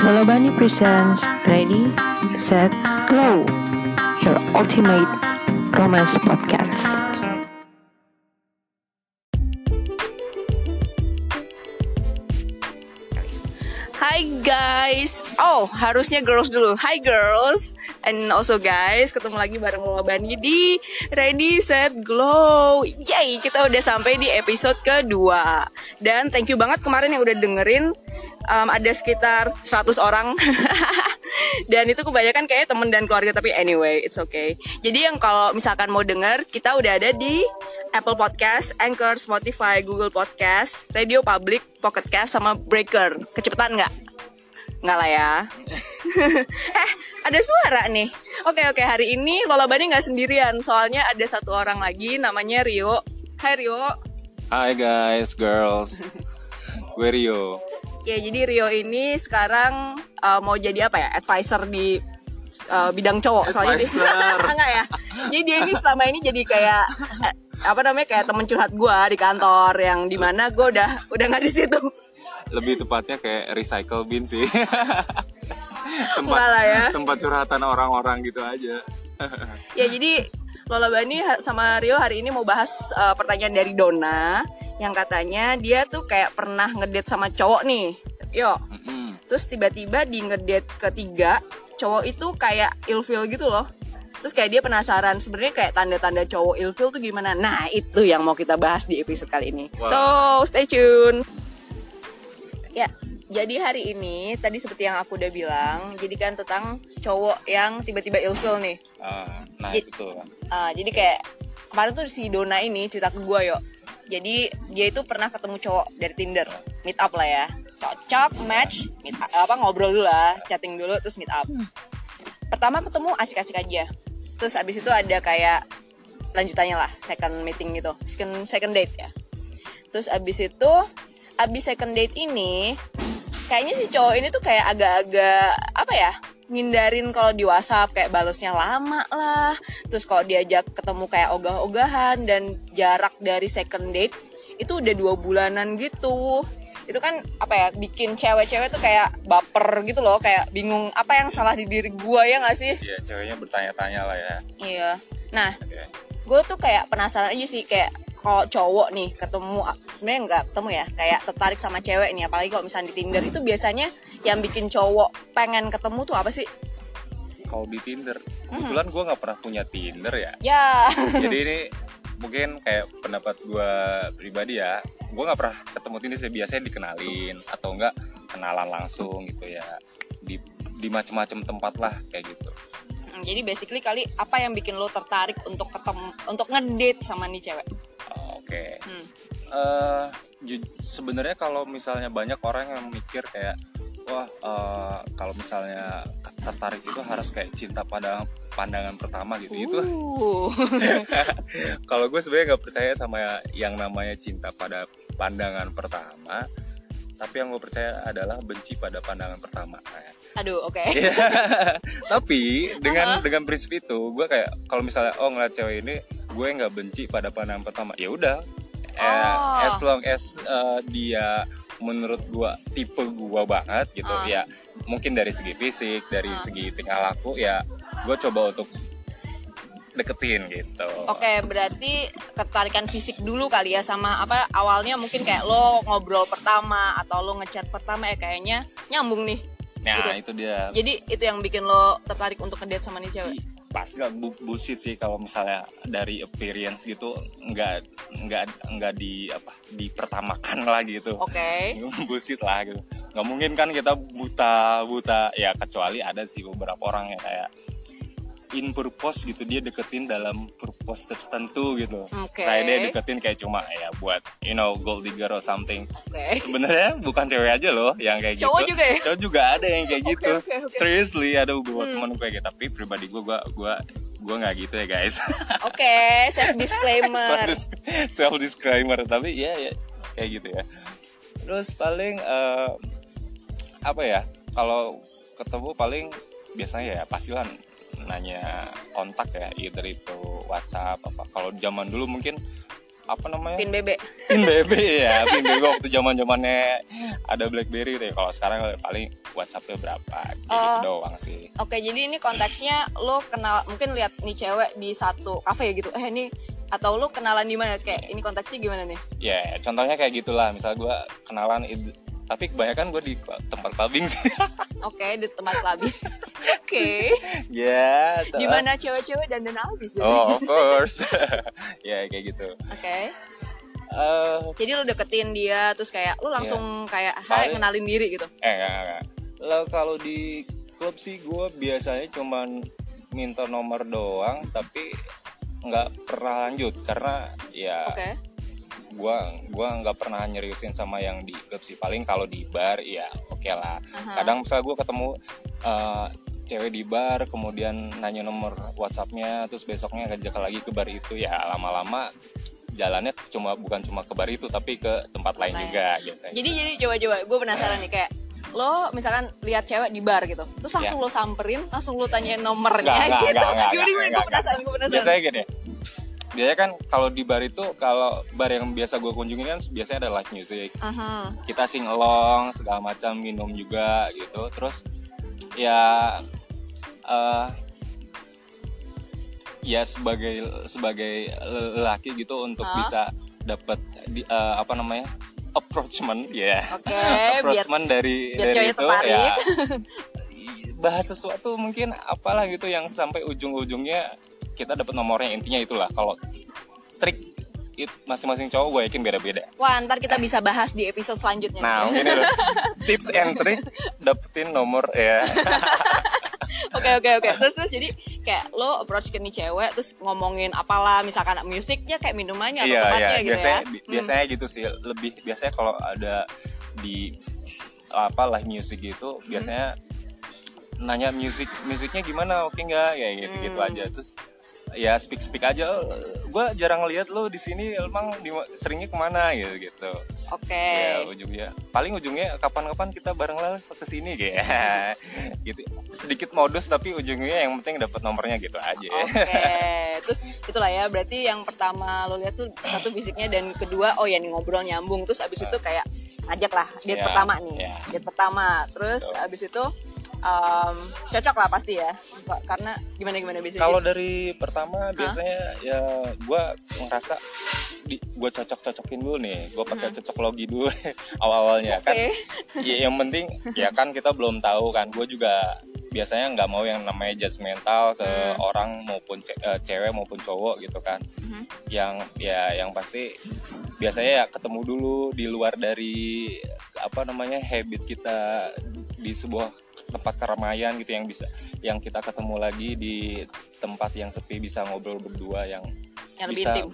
Lolobani presents Ready, Set, Glow, your ultimate romance podcast. Hai guys, harusnya girls dulu. Hai girls, and also guys, ketemu lagi bareng Lolobani di Ready, Set, Glow. Yay, kita udah sampai di episode kedua. Dan thank you banget kemarin yang udah dengerin. Ada sekitar 100 orang. Dan itu kebanyakan kayak temen dan keluarga, tapi anyway, it's okay. Jadi yang kalau misalkan mau denger, kita udah ada di Apple Podcast, Anchor, Spotify, Google Podcast, Radio Public, Pocket Cast, sama Breaker. Kecepatan nggak? Nggak lah ya. Ada suara nih. Oke, hari ini Lolobani nggak sendirian. Soalnya ada satu orang lagi, namanya Rio. Hai Rio. Hai guys, girls. Gue Rio. Ya, jadi Rio ini sekarang mau jadi apa ya? Advisor di bidang cowok. Soalnya dia enggak ya. Jadi dia ini selama ini jadi kayak kayak temen curhat gue di kantor, yang dimana gue udah nggak di situ. Lebih tepatnya kayak recycle bin sih. Enggak lah ya. Tempat curhatan orang-orang gitu aja. Ya, jadi Lolobani sama Rio hari ini mau bahas pertanyaan dari Donna, yang katanya dia tuh kayak pernah ngedate sama cowok nih. Terus tiba-tiba di ngedate ketiga, cowok itu kayak ilfeel gitu loh. Terus kayak dia penasaran sebenarnya kayak tanda-tanda cowok ilfeel tuh gimana. Nah, itu yang mau kita bahas di episode kali ini. Wow. So, stay tune. Ya, jadi hari ini tadi seperti yang aku udah bilang, jadi kan tentang cowok yang tiba-tiba ilfeel nih. Itu. Jadi kayak kemarin tuh si Donna ini cerita ke gue, Jadi dia itu pernah ketemu cowok dari Tinder, meet up lah ya, cocok, match, ngobrol dulu lah, chatting dulu, terus meet up. Pertama ketemu asik-asik aja, terus abis itu ada kayak lanjutannya lah, second meeting gitu, second date ya. Terus abis second date ini, kayaknya si cowok ini tuh kayak agak-agak ngindarin kalau di WhatsApp, kayak balesnya lama lah. Terus kalau diajak ketemu kayak ogah-ogahan, dan jarak dari second date itu udah 2 bulanan gitu. Itu kan bikin cewek-cewek tuh kayak baper gitu loh, kayak bingung apa yang salah di diri gue, ya nggak sih? Iya, ceweknya bertanya-tanya lah ya. Iya. Nah, gue tuh kayak penasaran aja sih, kayak kalau cowok nih ketemu, sebenarnya nggak ketemu ya, kayak tertarik sama cewek nih, apalagi kalau misalnya di Tinder, itu biasanya yang bikin cowok pengen ketemu tuh apa sih? Kalau di Tinder, kebetulan gue nggak pernah punya Tinder ya. Ya. Jadi ini mungkin kayak pendapat gue pribadi ya. Gue nggak pernah ketemu Tinder sih, biasanya dikenalin atau enggak kenalan langsung gitu ya. Di macam-macam tempat lah kayak gitu. Jadi basically kali apa yang bikin lo tertarik untuk ngedate sama nih cewek? Oke. Sebenarnya kalau misalnya banyak orang yang mikir kayak kalau misalnya tertarik itu harus kayak cinta pada pandangan pertama gitu. Itu kalau gue sebenarnya nggak percaya sama yang namanya cinta pada pandangan pertama. Tapi yang gue percaya adalah benci pada pandangan pertama. Aduh, oke. Tapi dengan prinsip itu, gue kayak kalau misalnya ngeliat cewek ini, gue nggak benci pada pandangan pertama. Ya udah, as long as dia menurut gue tipe gue banget gitu, ya mungkin dari segi fisik, dari segi tingkah laku, ya gue coba untuk deketin gitu. Oke, berarti ketertarikan fisik dulu kali ya, sama awalnya mungkin kayak lo ngobrol pertama atau lo ngechat pertama kayaknya nyambung nih. Nah, gitu. Itu dia. Jadi itu yang bikin lo tertarik untuk ngedate sama nih cewek. Pasti gak bullshit sih kalau misalnya dari appearance gitu nggak dipertamakan lah gitu. Oke. Bullshit lah gitu. Nggak mungkin kan kita buta ya, kecuali ada sih beberapa orang yang kayak in purpose gitu, dia deketin dalam purpose tertentu gitu. Saya dia deketin kayak cuma ya buat gold digger or something. Sebenarnya bukan cewek aja loh yang kayak cowok gitu. Juga ya? Cowok juga ada yang kayak gitu. Seriously, ada beberapa teman kayak gitu. Tapi pribadi gue nggak gitu ya guys. Self disclaimer. Tapi ya kayak gitu ya. Terus paling kalau ketemu paling biasanya ya pastilah nanya kontak ya, either itu WhatsApp apa. Kalau zaman dulu mungkin apa namanya? Pin BB. Pin BB ya, pin BB waktu zaman-zamannya ada BlackBerry deh. Kalau sekarang paling WhatsApp-nya berapa gitu doang sih. Oke, jadi ini konteksnya lo kenal, mungkin lihat nih cewek di satu kafe gitu. Ini atau lo kenalan di mana, kayak ini konteksnya gimana nih? Ya, contohnya kayak gitulah. Misal gue kenalan tapi kebanyakan gue di tempat clubbing sih. Oke, di tempat clubbing. Oke. Ya, Di mana cewek-cewek dandan habis biasanya. Oh, of course. Ya, kayak gitu. Oke. Jadi lu deketin dia terus kayak lu langsung kayak hai kenalin diri gitu. Enggak. Lah kalau di klub sih gue biasanya cuman minta nomor doang, tapi nggak pernah lanjut karena ya gua nggak pernah nyeriusin sama yang di klub sih. Paling kalau di bar ya oke lah. Kadang misalnya gue ketemu cewek di bar, kemudian nanya nomor WhatsApp-nya, terus besoknya ngajak lagi ke bar itu, ya lama-lama jalannya bukan cuma ke bar itu tapi ke tempat lain juga biasanya. Jadi coba gue penasaran nih, kayak lo misalkan lihat cewek di bar gitu, terus langsung lo samperin, langsung lo tanyain nomornya gitu. Gimana? Gue penasaran. Biasanya gini ya. Biasanya kan kalau di bar itu, kalau bar yang biasa gue kunjungin kan biasanya ada live music. Kita sing along segala macam, minum juga gitu. Terus ya ya sebagai lelaki gitu untuk bisa dapat approachment approachment dari itu tertarik. Ya bahas sesuatu mungkin apalah gitu yang sampai ujung-ujungnya kita dapat nomornya. Intinya itulah. Kalau trik masing-masing cowok gue yakin beda-beda. Wah, ntar kita bisa bahas di episode selanjutnya. Nah, ini loh tips and trick dapetin nomor ya. Oke. Terus jadi kayak lo approach ke nih cewek, terus ngomongin apalah, misalkan musiknya kayak minumannya atau tempatnya gitu biasanya, ya. Biasanya gitu sih. Lebih biasanya kalau ada di live music gitu, biasanya nanya musiknya gimana, oke nggak, ya gitu aja. Terus ya speak aja. Gue jarang ngeliat lo di sini, emang seringnya kemana gitu. Ya ujungnya kapan-kapan kita bareng lah ke sini gitu. Sedikit modus tapi ujungnya yang penting dapat nomornya gitu aja. Terus itulah ya, berarti yang pertama lo lihat tuh satu fisiknya, dan kedua nih ngobrol nyambung. Terus abis itu kayak ngajak lah date pertama nih. Date pertama. Terus abis itu cocok lah pasti ya, karena gimana bisa. Kalau dari pertama biasanya ya gue ngerasa gue cocok-cocokin dulu nih, gue pakai cocok logi dulu awal-awalnya kan. Ya, yang penting ya kan kita belum tahu kan. Gue juga biasanya nggak mau yang namanya judgmental ke orang, maupun cewek maupun cowok gitu kan. Yang pasti biasanya ya ketemu dulu di luar dari habit kita di sebuah tempat keramaian gitu, yang kita ketemu lagi di tempat yang sepi, bisa ngobrol berdua yang bisa lebih intim.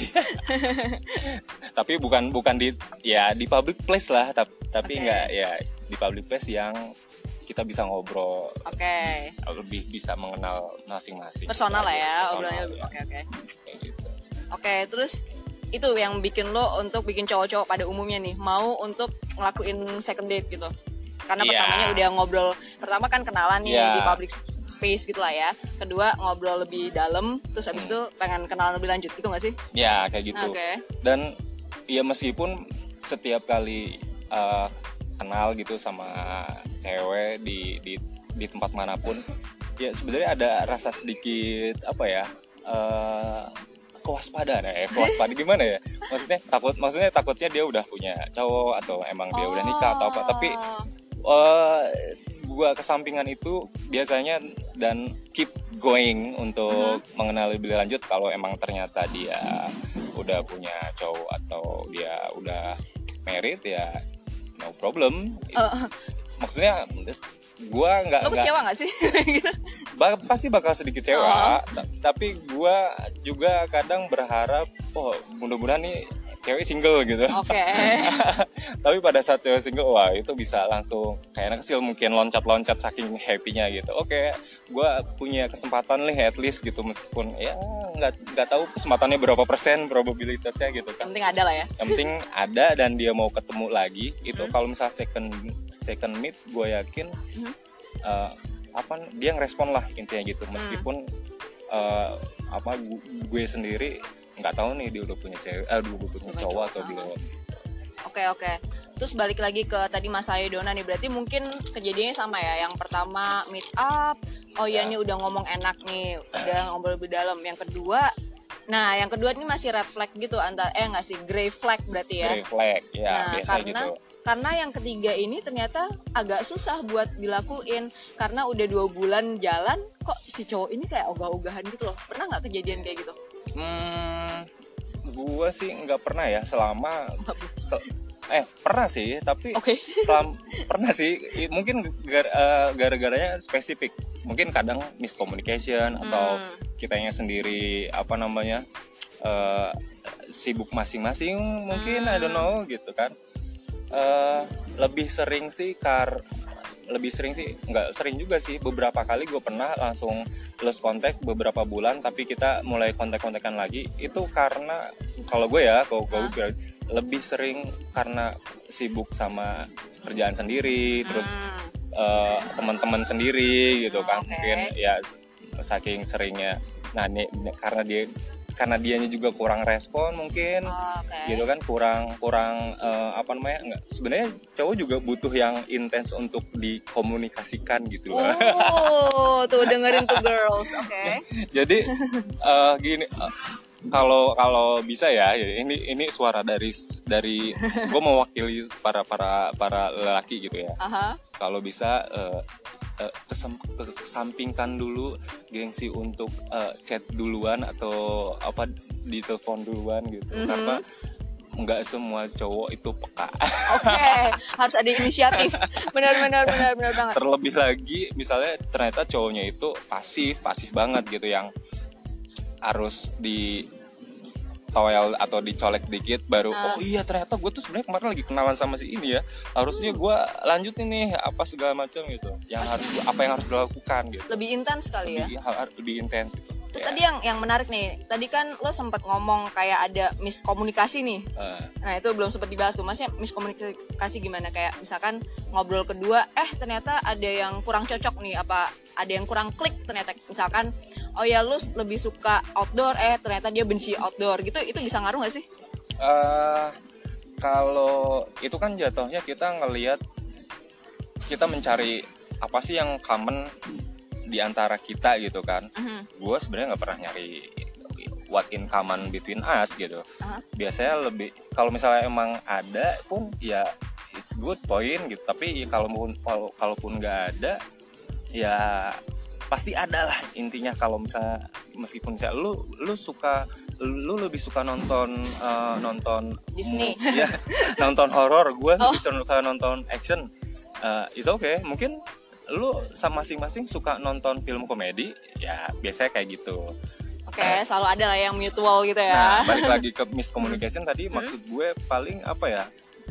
Tapi bukan di public place lah, tapi enggak ya di public place yang kita bisa ngobrol, lebih bisa mengenal masing-masing. Personal lah ya, obrolannya lebih. Oke, terus itu yang bikin lo untuk bikin cowok-cowok pada umumnya nih mau untuk ngelakuin second date gitu. Karena pertamanya udah ngobrol, pertama kan kenalan nih di public space gitu lah ya. Kedua ngobrol lebih dalam, terus habis itu pengen kenalan lebih lanjut gitu gak sih? Ya kayak gitu. Dan ya meskipun setiap kali kenal gitu sama cewek di tempat manapun, ya sebenarnya ada rasa sedikit kewaspadaan gimana ya? Maksudnya takutnya dia udah punya cowok, atau emang dia udah nikah atau apa. Tapi gua kesampingan itu biasanya dan keep going untuk mengenal lebih lanjut. Kalau emang ternyata dia udah punya cowok atau dia udah married, ya no problem. Maksudnya gua nggak. Lo kecewa nggak sih? Pasti bakal sedikit kecewa. Tapi gua juga kadang berharap, mudah-mudahan nih cewek single gitu. Tapi pada saat cewek single, wah itu bisa langsung kayak anak kecil mungkin loncat-loncat saking happy-nya gitu. Gue punya kesempatan nih at least gitu, meskipun ya nggak tahu kesempatannya berapa persen probabilitasnya gitu kan. Yang penting ada lah ya. Yang penting ada, dan dia mau ketemu lagi itu. Kalau misalnya second meet, gue yakin dia ngerespon lah intinya gitu. Meskipun gue sendiri nggak tahu nih dia udah punya cewek, udah punya cowok atau belum. Oke. Terus balik lagi ke tadi masalah Dona nih, berarti mungkin kejadiannya sama ya. Yang pertama meet up, oh iya nih udah ngomong enak nih, udah ngobrol lebih dalam. Yang kedua ini masih red flag gitu, nggak sih, gray flag berarti ya. Gray flag, ya Nah, biasa gitu. Karena yang ketiga ini ternyata agak susah buat dilakuin karena udah 2 bulan jalan kok si cowok ini kayak ogah-ogahan gitu loh. Pernah nggak kejadian kayak gitu? Gua sih nggak pernah ya selama pernah sih, tapi pernah sih, mungkin gara-garanya spesifik. Mungkin kadang miscommunication atau kitanya sendiri sibuk masing-masing mungkin, I don't know gitu kan. Lebih sering sih nggak sering juga sih, beberapa kali gue pernah langsung lost contact beberapa bulan, tapi kita mulai kontak-kontakan lagi. Itu karena kalau gue lebih sering karena sibuk sama kerjaan sendiri, terus teman-teman sendiri gitu kan. Mungkin ya saking seringnya, karena dianya juga kurang respon mungkin, gitu kan, kurang sebenarnya cowok juga butuh yang intens untuk dikomunikasikan gitu. Tuh dengerin tuh girls, oke. Jadi gini, kalau bisa ya, ini suara dari gue mewakili para lelaki gitu ya. Kalau bisa kesampingkan dulu gengsi untuk chat duluan atau di telepon duluan gitu, karena nggak semua cowok itu peka. Harus ada inisiatif. Benar banget. Terlebih lagi misalnya ternyata cowoknya itu pasif banget gitu, yang harus di toel atau dicolek dikit baru oh iya ternyata gue tuh sebenarnya kemarin lagi kenalan sama si ini ya, harusnya gue lanjutin nih apa segala macam gitu, yang harus dilakukan gitu. Lebih intens kali ya. Lebih intens gitu. Terus tadi yang menarik nih, tadi kan lo sempat ngomong kayak ada miskomunikasi nih. Nah itu belum sempat dibahas tuh, maksudnya miskomunikasi gimana, kayak misalkan ngobrol kedua ternyata ada yang kurang cocok nih, apa ada yang kurang klik ternyata, misalkan oh ya lu lebih suka outdoor, ternyata dia benci outdoor gitu, itu bisa ngaruh gak sih? Kalau itu kan jatuhnya kita ngelihat, kita mencari apa sih yang common di antara kita gitu kan. Gue sebenarnya nggak pernah nyari what in common between us gitu. Biasanya lebih, kalau misalnya emang ada pun ya it's good point gitu, tapi ya kalaupun nggak ada ya pasti ada lah intinya. Kalau misalnya meskipun lu lebih suka nonton Disney ya, nonton horor, gue lebih suka nonton action, it's okay. Mungkin lu sama masing-masing suka nonton film komedi, ya biasanya kayak gitu. Selalu ada lah yang mutual gitu ya. Nah, balik lagi ke miscommunication tadi, maksud gue paling apa ya,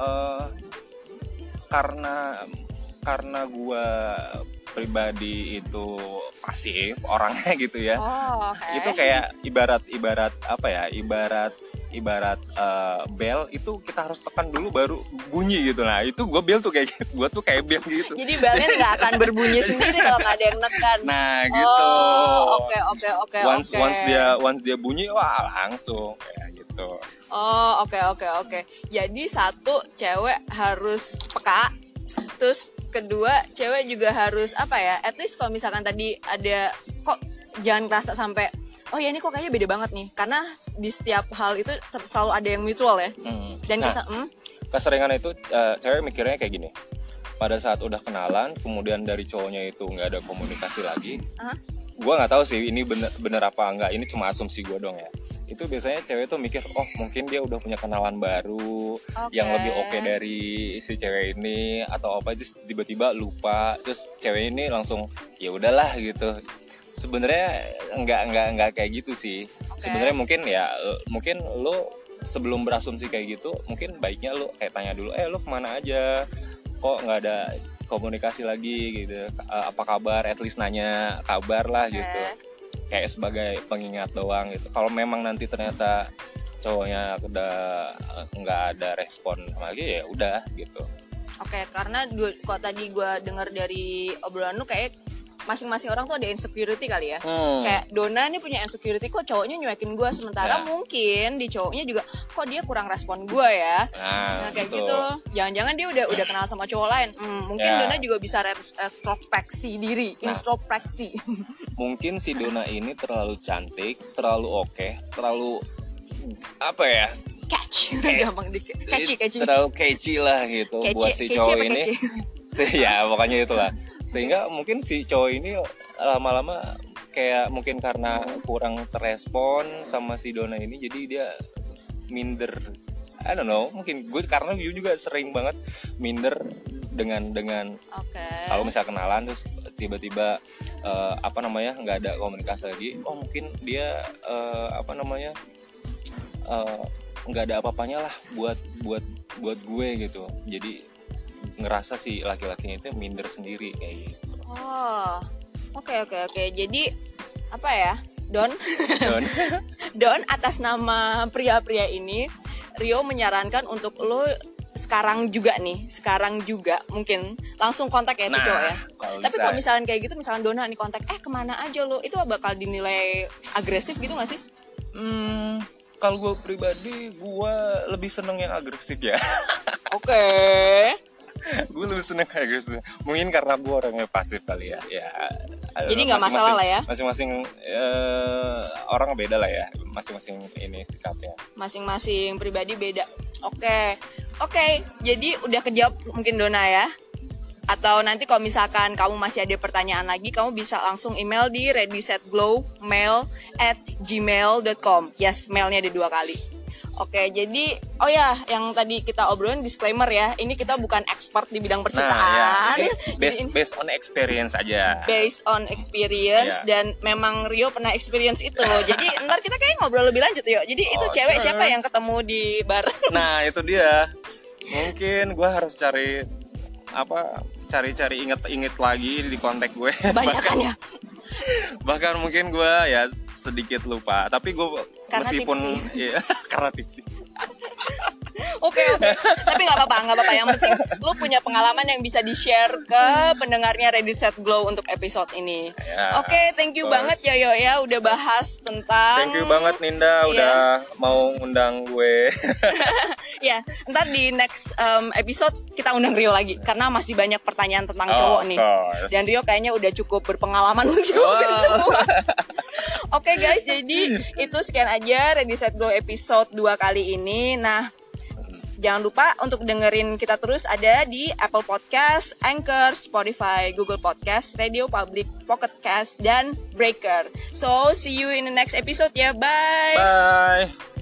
karena gue pribadi itu pasif orangnya gitu ya. Itu kayak ibarat apa ya, ibarat bel itu kita harus tekan dulu baru bunyi gitu. Nah itu gue bel tuh kayak gue tuh kayak bel gitu. Jadi belnya nggak akan berbunyi sendiri kalau nggak ada yang nekan. Nah gitu. Oke. Once dia bunyi, wah langsung kayak gitu. Oke. Jadi satu, cewek harus peka. Terus kedua, cewek juga harus apa ya? At least kalau misalkan tadi ada, kok jangan kerasa sampai oh ya ini kok kayaknya beda banget nih, karena di setiap hal itu selalu ada yang mutual ya. Dan keseringan itu cewek mikirnya kayak gini, pada saat udah kenalan kemudian dari cowoknya itu nggak ada komunikasi lagi. Gue nggak tahu sih ini bener apa enggak, ini cuma asumsi gue dong ya. Itu biasanya cewek tuh mikir, oh mungkin dia udah punya kenalan baru yang lebih oke dari si cewek ini atau apa, terus tiba-tiba lupa, terus cewek ini langsung ya udahlah gitu. Sebenarnya enggak kayak gitu sih. Sebenarnya mungkin lo sebelum berasumsi kayak gitu, mungkin baiknya lo tanya dulu, lo kemana aja, kok nggak ada komunikasi lagi gitu, apa kabar, at least nanya kabar lah gitu, kayak sebagai pengingat doang gitu. Kalau memang nanti ternyata cowoknya udah nggak ada respon lagi, ya udah gitu. Karena kok tadi gue dengar dari obrolan lu kayak masing-masing orang tuh ada insecurity kali ya. Kayak Dona nih punya insecurity, kok cowoknya nyuekin gue, sementara mungkin di cowoknya juga kok dia kurang respon gue ya. Nah kayak gitu. Jangan-jangan dia udah kenal sama cowok lain. Mungkin Dona juga bisa introspeksi diri, introspeksi. Mungkin si Dona ini terlalu cantik, terlalu oke, terlalu apa ya? Gampang catchy. Terlalu catchy lah gitu buat si cowok ini. Ya pokoknya itulah. Sehingga mungkin si cowok ini lama-lama kayak mungkin karena kurang terespon sama si Dona ini, jadi dia minder. I don't know, mungkin karena gue juga sering banget minder dengan kalau misal kenalan terus tiba-tiba nggak ada komunikasi lagi. Oh mungkin dia nggak ada apa-apanya lah buat gue gitu. Jadi ngerasa si laki-lakinya itu minder sendiri kayak gitu. Oh, oke. Jadi apa ya, Don atas nama pria-pria ini, Rio menyarankan untuk lo sekarang juga mungkin langsung kontak ya tuh cowok ya. Tapi kalau misalnya kayak gitu, misalnya Dona nih kontak, kemana aja lo, itu bakal dinilai agresif gitu nggak sih? Kalau gue pribadi, gue lebih seneng yang agresif ya. Oke. Gue lebih seneng agresif. Mungkin karena gue orangnya pasif kali ya. Jadi nggak masalah lah ya. Masing-masing orang beda lah ya. Masing-masing ini sikapnya. Masing-masing pribadi beda. Oke. Jadi udah kejawab mungkin Dona ya. Atau nanti kalau misalkan kamu masih ada pertanyaan lagi, kamu bisa langsung email di readysetglowmail@gmail.com. Yes, mailnya ada 2 kali. Oke, jadi yang tadi kita obrolin disclaimer ya, ini kita bukan expert di bidang percintaan. Based on experience aja. Based on experience dan memang Rio pernah experience itu. Jadi ntar kita kayak ngobrol lebih lanjut yuk. Jadi itu cewek siapa yang ketemu di bar? Nah itu dia. Mungkin gue harus cari inget lagi di kontak gue. Banyak kan ya? Bahkan mungkin gue ya sedikit lupa, tapi gue karena meskipun tipsi. Ya, karena tipsi. Oke. Tapi nggak apa-apa. Yang penting lu punya pengalaman yang bisa di-share ke pendengarnya Ready Set Glow untuk episode ini. Oke, thank you banget Yoyo ya udah bahas tentang. Thank you banget Ninda udah mau undang gue. Ya, ntar di next episode kita undang Rio lagi karena masih banyak pertanyaan tentang cowok nih. Dan Rio kayaknya udah cukup berpengalaman menjawabin semua. Oke guys, jadi itu sekian aja Ready Set Glow episode 2 kali ini. Nah, jangan lupa untuk dengerin kita terus ada di Apple Podcast, Anchor, Spotify, Google Podcast, Radio Public, Pocket Cast, dan Breaker. So, see you in the next episode ya. Bye! Bye!